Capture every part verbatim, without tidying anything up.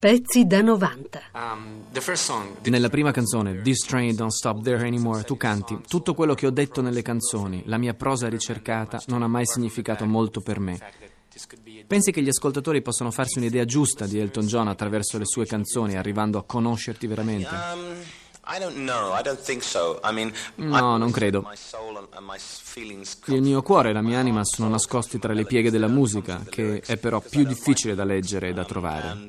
Pezzi da novanta. Nella prima canzone, This Train Don't Stop There Anymore, tu canti: tutto quello che ho detto nelle canzoni, la mia prosa ricercata, non ha mai significato molto per me. Pensi che gli ascoltatori possano farsi un'idea giusta di Elton John attraverso le sue canzoni, arrivando a conoscerti veramente? No, non credo. Il mio cuore e la mia anima sono nascosti tra le pieghe della musica, che è però più difficile da leggere e da trovare.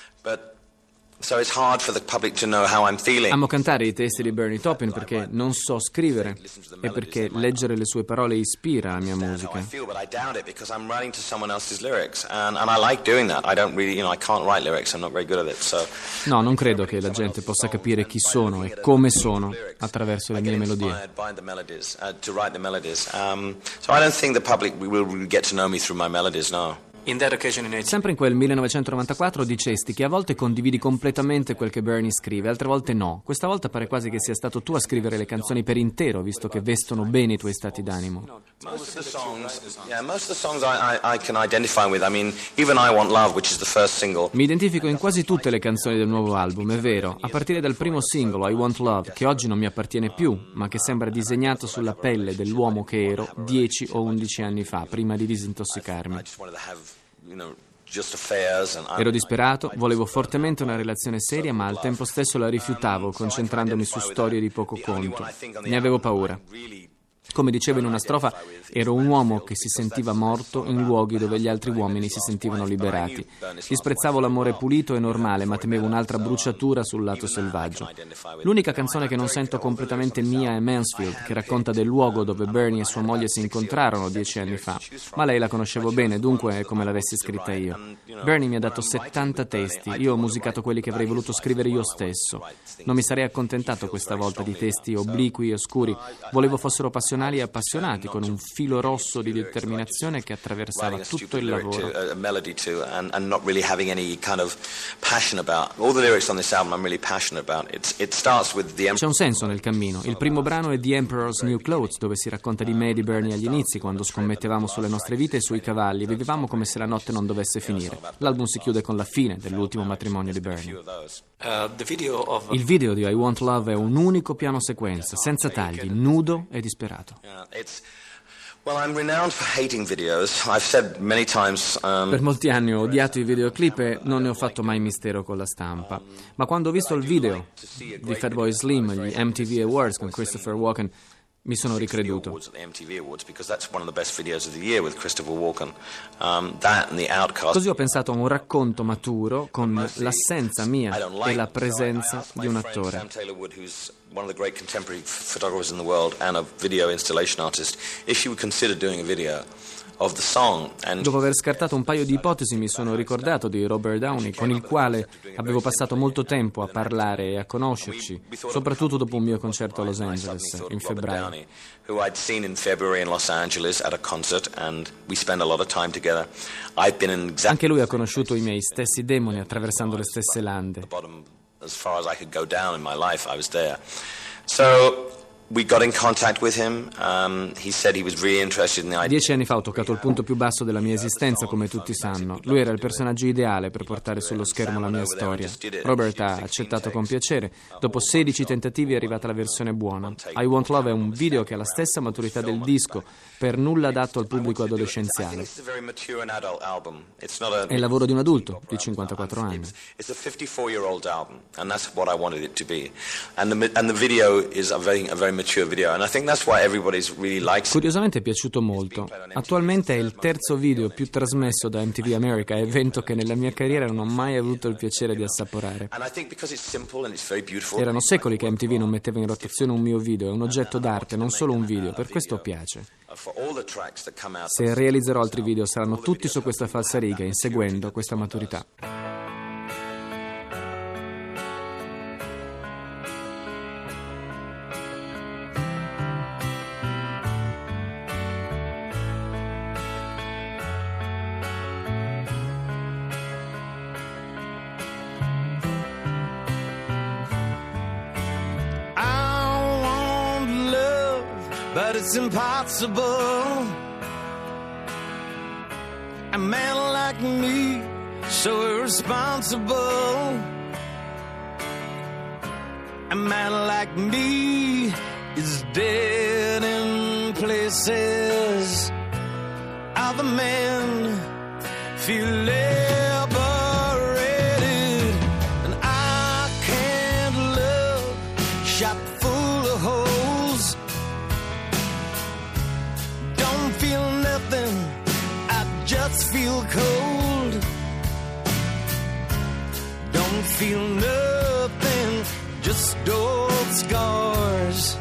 Amo cantare i testi di Bernie Taupin perché non so scrivere e perché leggere le sue parole ispira la mia musica. No, non credo che la gente possa capire chi sono e come sono attraverso le mie melodie. Sempre in quel millenovecentonovantaquattro dicesti che a volte condividi completamente quel che Bernie scrive, altre volte no. Questa volta pare quasi che sia stato tu a scrivere le canzoni per intero, visto che vestono bene i tuoi stati d'animo. Mi identifico in quasi tutte le canzoni del nuovo album, è vero, a partire dal primo singolo, I Want Love, che oggi non mi appartiene più, ma che sembra disegnato sulla pelle dell'uomo che ero dieci o undici anni fa, prima di disintossicarmi. Ero disperato, volevo fortemente una relazione seria, ma al tempo stesso la rifiutavo, concentrandomi su storie di poco conto. Ne avevo paura. Come dicevo in una strofa, ero un uomo che si sentiva morto in luoghi dove gli altri uomini si sentivano liberati. Disprezzavo l'amore pulito e normale, ma temevo un'altra bruciatura sul lato selvaggio. L'unica canzone che non sento completamente mia è Mansfield, che racconta del luogo dove Bernie e sua moglie si incontrarono dieci anni fa. Ma lei la conoscevo bene, dunque è come l'avessi scritta io. Bernie mi ha dato settanta testi, io ho musicato quelli che avrei voluto scrivere io stesso. Non mi sarei accontentato questa volta di testi obliqui e oscuri, volevo fossero passionali e appassionati, con un filo rosso di determinazione che attraversava tutto il lavoro. C'è un senso nel cammino. Il primo brano è The Emperor's New Clothes, dove si racconta di me e di Bernie agli inizi, quando scommettevamo sulle nostre vite e sui cavalli e vivevamo come se la notte non dovesse finire. L'album si chiude con la fine dell'ultimo matrimonio di Bernie. Il video di I Want Love è un unico piano sequenza, senza tagli, nudo e disperato. Per molti anni ho odiato i videoclip e non ne ho fatto mai mistero con la stampa. Ma quando ho visto il video di Fatboy Slim agli M T V Awards con Christopher Walken, mi sono ricreduto. Così ho pensato a un racconto maturo con l'assenza mia e la presenza di un attore. One of the great contemporary photographers in the world and a video installation artist, if she would consider doing a video of the song. And dopo aver scartato un paio di ipotesi mi sono ricordato di Robert Downey, con il quale avevo passato molto tempo a parlare e a conoscerci, soprattutto dopo un mio concerto a Los Angeles in febbraio. Who I'd seen in February in Los Angeles at a concert, and we spent a lot of time together. I've been in exactly. Anche lui ha conosciuto i miei stessi demoni attraversando le stesse lande. As far as I could go down in my life, I was there. So we got in contact with him. Um, he said he was really interested in the idea. Dieci anni fa ho toccato il punto più basso della mia esistenza, come tutti sanno. Lui era il personaggio ideale per portare sullo schermo la mia storia. Robert ha accettato con piacere. Dopo sedici tentativi è arrivata la versione buona. I Want Love è un video che ha la stessa maturità del disco, per nulla adatto al pubblico adolescenziale. È il lavoro di un adulto di cinquantaquattro anni. It's a fifty-four-year-old album, and that's what I wanted it to be. And the and the video is a very a very mature video, and I think that's why everybody's really likes it. Curiosamente è piaciuto molto. Attualmente è il terzo video più trasmesso da M T V America, evento che nella mia carriera non ho mai avuto il piacere di assaporare. Erano secoli che M T V non metteva in rotazione un mio video, è un oggetto d'arte, non solo un video, per questo piace. Se realizzerò altri video saranno tutti su questa falsariga, inseguendo questa maturità. But it's impossible. A man like me so irresponsible. A man like me is dead in places. Other men feel liberated, and I can't love shot full of holes. Don't feel nothing, I just feel cold. Don't feel nothing, just old scars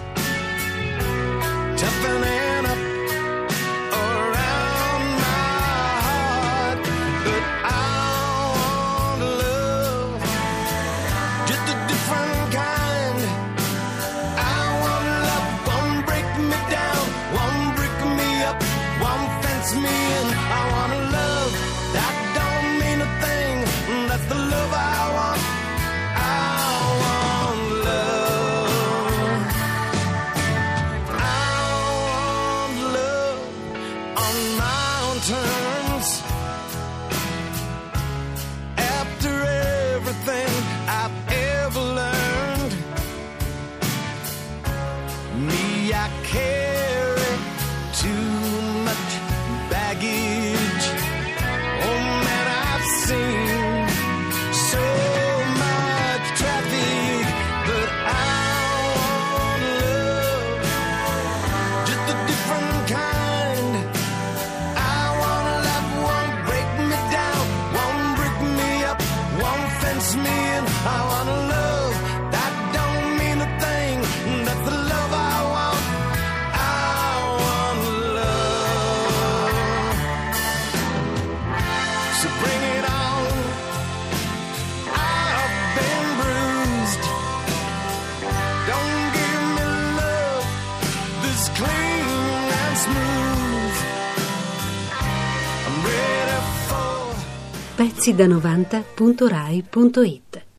toughening up around my heart. But I want love, just a different kind. I want love, won't break me down, won't break me up, won't fence me in. I want love that don't mean a thing, that's the love I want. Terms. After everything I've ever learned, me, I carry too much baggage. Oh man, I've seen so much traffic, but I want love, just a different kind. Me and I want to love that don't mean a thing, that's the love I want. I want love, so bring it on. I've been bruised, don't give me love this clean and smooth. I'm ready for pezzi da novanta punto rai punto it